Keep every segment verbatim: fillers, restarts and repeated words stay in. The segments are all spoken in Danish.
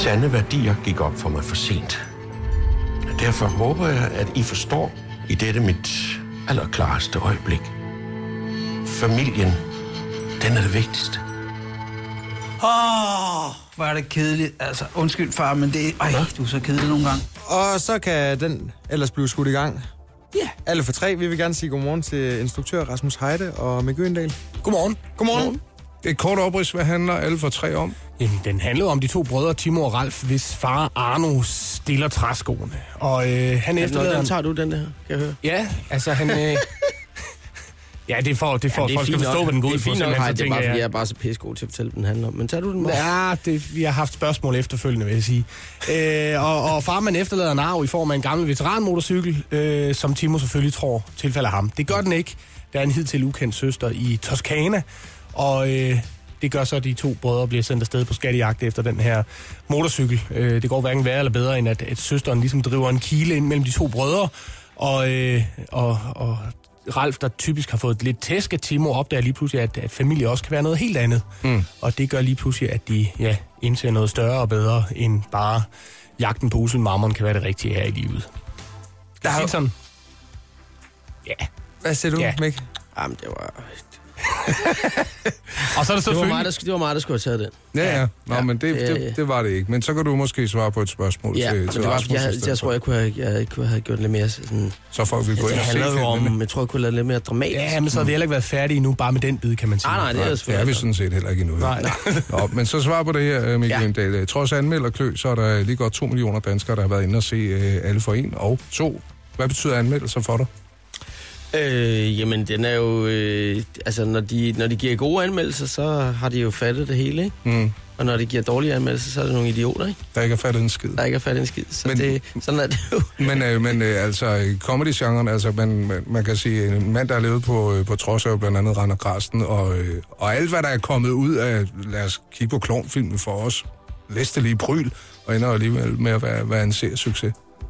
sande værdier gik op for mig for sent. Derfor håber jeg, at I forstår i dette mit allerklareste øjeblik. Familien, den er det vigtigste. Åh, oh, hvor er det kedeligt. Altså, undskyld far, men det er... Ej, du er så kedelig nogle gange. Og så kan den ellers blive skudt i gang. Ja. Yeah. Alle for tre. Vi vil gerne sige godmorgen til instruktør Rasmus Heide og Mikke Øgendahl. Godmorgen. Godmorgen. Godmorgen. Et kort oprids, hvad handler Alle for tre om? Jamen, den handler om de to brødre, Timo og Ralf, hvis far Arno stiller træskoene. Og øh, han efterlader... Den tager du, den der, kan jeg høre? Ja, altså han... Øh... ja, det er for, det er for ja, det er folk skal forstå, hvad den går ud på. Det er fint nok, det er bare, fordi jeg er bare så pissegod til at fortælle, hvad den handler om. Men tager du den bare? Ja, det, vi har haft spørgsmål efterfølgende, vil jeg sige. Øh, og, og farmand efterlader en arv i form af en gammel veteranmotorcykel, øh, som Timo selvfølgelig tror tilfælder ham. Det gør den ikke. Der er en hidtil ukendt søster i Toskana, og... Øh, det gør så, at de to brødre bliver sendt afsted på skattejagt efter den her motorcykel. Øh, det går hverken værre eller bedre, end at, at søsteren ligesom driver en kile ind mellem de to brødre. Og, øh, og, og Ralf, der typisk har fået lidt tæsk af Timo, opdager lige pludselig, at, at familie også kan være noget helt andet. Mm. Og det gør lige pludselig, at de ja, indser noget større og bedre, end bare jagten på uselmammeren kan være det rigtige her i livet. Skal jeg sige sådan? Ja. Hvad siger du, ja. Mikke? Jamen, det var... Og så er det, det, var mig, der, det var mig, der skulle have taget den. Ja, ja. Nå, ja. men det, det, det var det ikke. Men så kan du måske svare på et spørgsmål ja, til, til det var, Rasmus. Jeg, jeg, jeg tror, jeg kunne have, jeg kunne have gjort lidt mere sådan... Så folk vil gå ind og se filmen. Jeg tror, jeg kunne have lidt mere dramatisk. Ja, men så har vi heller ikke været færdige nu, bare med den bid, kan man sige. Nej, nej, det er det er vi sådan set heller ikke endnu. Nej. Nå, men så svar på det her, Mikke Øgendahl. Ja. Trods anmelder klø, så er der lige godt to millioner danskere, der har været inde og se uh, Alle for en. Og to, hvad betyder anmeldelser for dig? Øh, jamen, den er jo... Øh, altså, når de, når de giver gode anmeldelser, så har de jo fattet det hele, ikke? Mm. Og når de giver dårlige anmeldelser, så er det nogle idioter, ikke? Der ikke har fattet en skid. Der ikke har fattet en skid, så men, det, sådan er det jo. Men, øh, men øh, altså, comedy-genren, altså, man, man, man kan sige, en mand, der har levet på, øh, på trods af blandt andet Rander Grasten, og, øh, og alt, hvad der er kommet ud af, lad os kigge på klovnfilmen for os, læstelige bryl, og ender alligevel med at være, være en succes.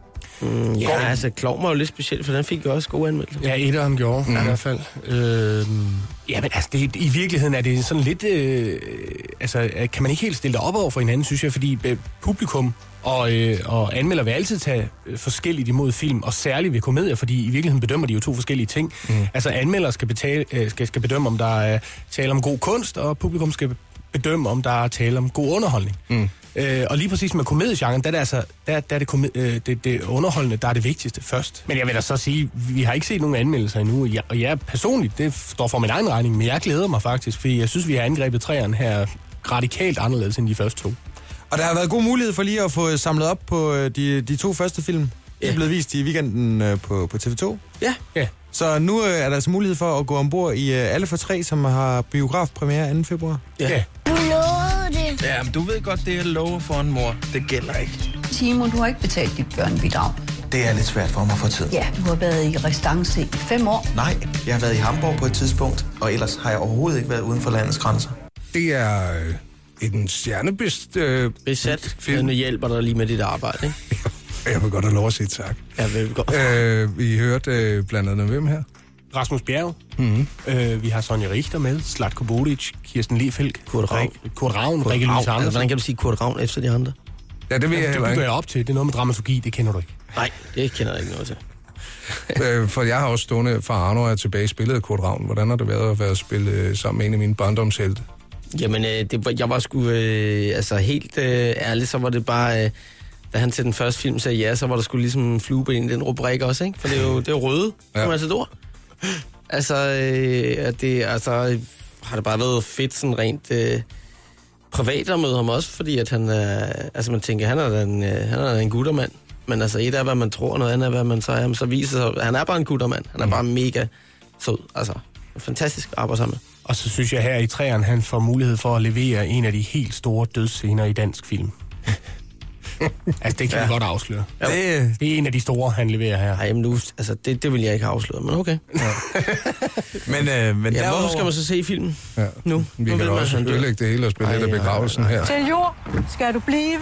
Mm, ja, Gården. Altså, Klovn var jo lidt specielt, for den fik jo også gode anmeldelser. Ja, etteren gjorde, mm. i hvert fald. Øh, ja, men altså, det, i virkeligheden er det sådan lidt... Øh, altså, kan man ikke helt stille det op over for hinanden, synes jeg, fordi øh, publikum og, øh, og anmelder vil altid tage øh, forskelligt imod film, og særligt ved komedier, fordi i virkeligheden bedømmer de jo to forskellige ting. Mm. Altså, anmelder skal, betale, øh, skal, skal bedømme, om der er tale om god kunst, og publikum skal bedømme, om der er tale om god underholdning. Mm. Øh, og lige præcis med komediegenren, der er det, altså, der, der er det, komedie, øh, det, det underholdende, der er det vigtigste først. Men jeg vil da så sige, vi har ikke set nogen anmeldelser endnu, jeg, og jeg personligt, det står for min egen regning, men jeg glæder mig faktisk, fordi jeg synes, vi har angrebet træerne her radikalt anderledes end de første to. Og der har været god mulighed for lige at få samlet op på de, de to første film. Det er blevet vist i weekenden på, på T V to. Ja. ja. Så nu er der altså mulighed for at gå ombord i Alle for tre, som har biografpremiere anden februar. Ja. ja. Du lovede det. Ja, men du ved godt, det jeg lover for en mor, det gælder ikke. Timo, du har ikke betalt dit børnebidrag. Det er lidt svært for mig at få tid. Ja, du har været i restance i fem år. Nej, jeg har været i Hamburg på et tidspunkt, og ellers har jeg overhovedet ikke været uden for landets grænser. Det er øh, en stjernebest... Øh, Besat film. Den hjælper dig lige med dit arbejde, ikke? Jeg vil godt have lov at sige tak. Ja, vil godt. Øh, vi hørte øh, blandt andet hvem her? Rasmus Bjerg. Mm-hmm. Øh, vi har Sonja Richter med, Zlatko Bolic, Kirsten Lefeldt, Kurt Ravn, Kurt Ravn, Rikke Louise Andersen. Hvordan kan du sige Kurt Ravn efter de andre? Ja, det ved jeg heller ikke. Det gør jeg op til. Det er noget med dramaturgi, det kender du ikke. Nej, det kender jeg ikke noget til. øh, for jeg har også stående fra Arno er tilbage i spillet af Kurt Ravn. Hvordan har det været at være at spille øh, sammen med en af mine barndomshelte? Jamen, øh, det, jeg var sgu øh, altså helt øh, ærlig, så var det bare... Øh, da han til den første film sagde ja, så var der sgu ligesom flueben i den rubrik også, ikke? For det er jo, det er jo røde, ja. Som Matador. Altså, øh, det, altså, har det bare været fedt sådan rent øh, privat at møde ham også, fordi at han er, altså man tænker, han er en, øh, han er en guttermand. Men altså, et er, hvad man tror, noget andet er, hvad man så er. Men så viser sig, han er bare en guttermand. Han er mm. bare mega sød. Altså, fantastisk at arbejde sammen. Og så synes jeg her i træerne, han får mulighed for at levere en af de helt store dødsscener i dansk film. Altså, det kan ja. vi godt afsløre. Det, det er en af de store, han leverer her. Ej, men nu, altså, det, det vil jeg ikke have afsløret, men okay. Ja. men øh, men ja, derover... hvorfor skal man så se filmen ja. nu? Vi nu kan også ødelægge det hele og spille lidt af begravelsen her. Til jord skal du blive.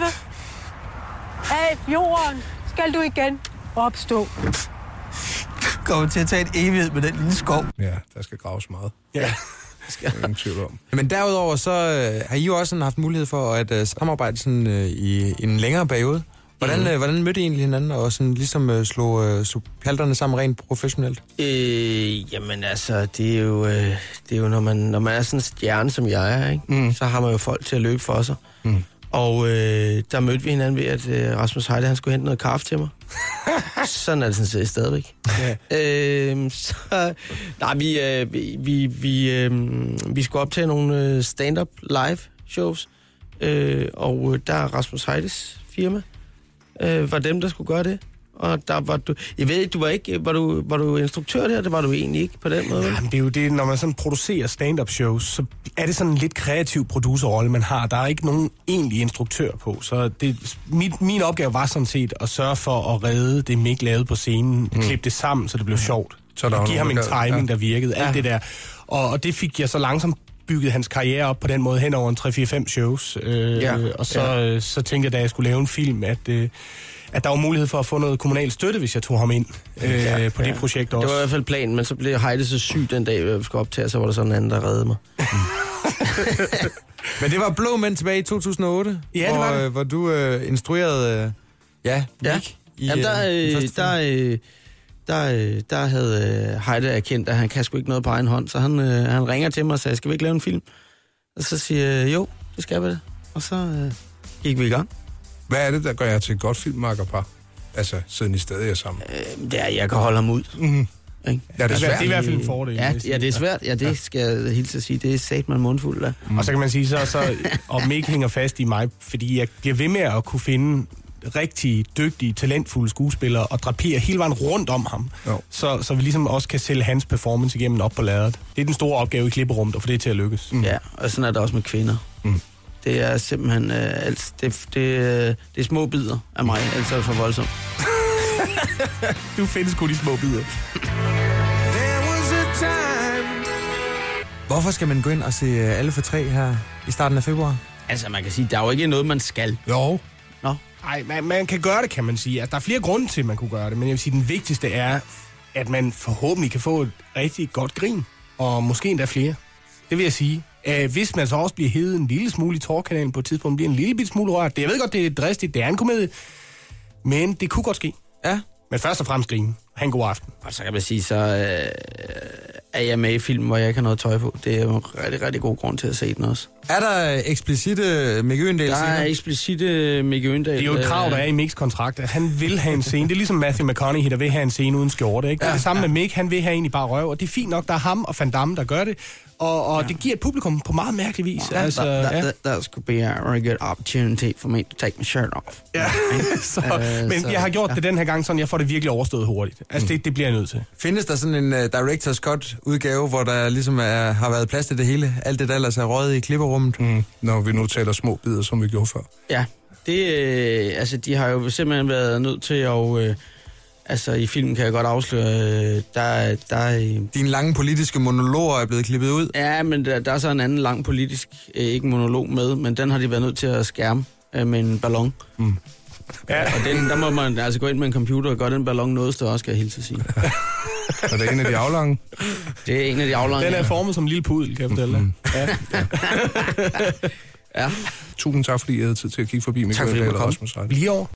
Af jorden skal du igen opstå. Kommer til at tage et evighed med den lille skov. Ja, der skal graves meget. Ja. Ingen tvivl om. Men derudover så øh, har I jo også sådan haft mulighed for at øh, samarbejde sådan, øh, i, i en længere periode. Hvordan, mm. øh, hvordan mødte I egentlig hinanden og sådan ligesom øh, slog, øh, slog pjalterne sammen rent professionelt? Øh, jamen altså, det er jo, øh, det er jo når, man, når man er sådan en stjerne, som jeg er, ikke? Mm. Så har man jo folk til at løbe for sig. Mm. Og øh, der mødte vi hinanden ved, at øh, Rasmus Heide, han skulle hente noget kaffe til mig. Sådan er det sådan set stadigvæk. Ja. Øh, så, nej, vi, øh, vi, vi, vi, øh, vi skulle optage nogle stand-up live shows, øh, og der er Rasmus Heides firma, øh, var dem, der skulle gøre det. Og der var du... Jeg ved ikke, du var ikke... Var du, var du instruktør der? Det var du egentlig ikke på den måde. Jamen, det er jo det, når man sådan producerer stand-up shows, så er det sådan en lidt kreativ producerrolle, man har. Der er ikke nogen egentlig instruktør på. Så det, mit, min opgave var sådan set at sørge for at redde det, Mick lavede på scenen. Mm. Klippe det sammen, så det blev sjovt. Så der og give ham en timing, ja. der virkede. Alt ja. det der. Og, og det fik jeg så langsomt bygget hans karriere op på den måde hen over en tre fire fem shows. Øh, ja. Og så, ja. så tænkte jeg, da jeg skulle lave en film, at... Øh, at der var mulighed for at få noget kommunal støtte, hvis jeg tog ham ind øh, ja, på ja. det projekt også. Det var i hvert fald planen, men så blev Heide så syg den dag, jeg skulle optage, så var der sådan en anden, der reddede mig. Men det var Blå Mænd tilbage i to tusind og otte, ja, det var hvor, det. hvor du øh, instruerede, øh, ja, ja. Mick i Jamen, der, øh, øh, der, øh, der, øh, der havde øh, Heide erkendt, at han kan sgu ikke noget på egen hånd, så han, øh, han ringer til mig og sagde, skal vi ikke lave en film? Og så siger jeg, jo, det skal vi det. Og så øh, gik vi i gang. Hvad er det, der gør jer til et godt filmmakkerpar? Altså, siden I stadig er sammen. Øh, det er, jeg kan holde ham ud. Mm-hmm. Ikke? Ja, det er svært. Det er i hvert fald en fordel. Ja, ja, det er svært. Ja, det skal jeg hilse at sige. Det er sat mig mundfuld af. Mm. Og så kan man sige, så, så og Mick hænger fast i mig, fordi jeg bliver ved med at kunne finde rigtig dygtige, talentfulde skuespillere og drapere hele vejen rundt om ham. Så, så vi ligesom også kan sælge hans performance igennem op på lærredet. Det er den store opgave i klipperummet, at få det til at lykkes. Mm. Ja, og sådan er det også med kvinder. Mm. Det er simpelthen... Øh, alt, det, det, det er små bidder af mig, ellers er det for voldsomt. Du findes sgu de små bidder. Hvorfor skal man gå ind og se Alle for tre her i starten af februar? Altså, man kan sige, der er jo ikke noget, man skal. Jo. Nå. Nej, man, man kan gøre det, kan man sige. Altså, der er flere grunde til, at man kunne gøre det, men jeg vil sige, den vigtigste er, at man forhåbentlig kan få et rigtig godt grin, og måske endda flere. Det vil jeg sige. Uh, hvis man så også bliver hævet en lille smule i tårkanalen på et tidspunkt, bliver en lille bit smule rørt. Det, jeg ved godt, det er dristigt, det er en komedie, men det kunne godt ske. Ja. Men først og fremmest grine. Ha' en god aften. Og så kan man sige, så øh, er jeg med i filmen, hvor jeg ikke har noget tøj på. Det er jo en rigtig, rigtig god grund til at se den også. Er der eksplicite Mick Øgendahl Der scener? er eksplicite Mick Øgendahl. Det er jo et krav, der er i Micks kontrakt, at han vil have en scene. Det er ligesom Matthew McConaughey, der vil have en scene uden skjorte. Ikke? Det er Ja, det samme ja. med Mick. Han vil have egentlig bare røv, og det er fint nok, der er ham og Van Damme, der gør det. Og, og ja. det giver et publikum på meget mærkelig vis. Ja, altså, that, that, ja. that, that could be a very good opportunity for me to take my shirt off. Ja. så, uh, men så, jeg har gjort ja. det den her gang, sådan jeg får det virkelig overstået hurtigt. Altså, det, det bliver jeg nødt til. Findes der sådan en uh, Director's Cut-udgave, hvor der ligesom er, har været plads til det hele? Alt det, der ellers er røget i klipperummet? Mm. Når vi nu taler små bidder, som vi gjorde før. Ja, det, øh, altså, de har jo simpelthen været nødt til at... Øh, altså, i filmen kan jeg godt afsløre, øh, der... der øh, Dine lange politiske monologer er blevet klippet ud? Ja, men der, der er så en anden lang politisk, øh, ikke monolog med, men den har de været nødt til at skærme øh, med en ballon. Mm. Ja. Og den, der må man altså gå ind med en computer og gøre den ballon noget større, skal jeg hilse at sige. Er det en af de aflange? Det er en af de aflange. Den er formet som en lille pudel, kan jeg fortælle dig. Ja. Ja. Tusind tak, fordi I havde tid til at kigge forbi Mick Øgendahl og Rasmus Heide. Lige over.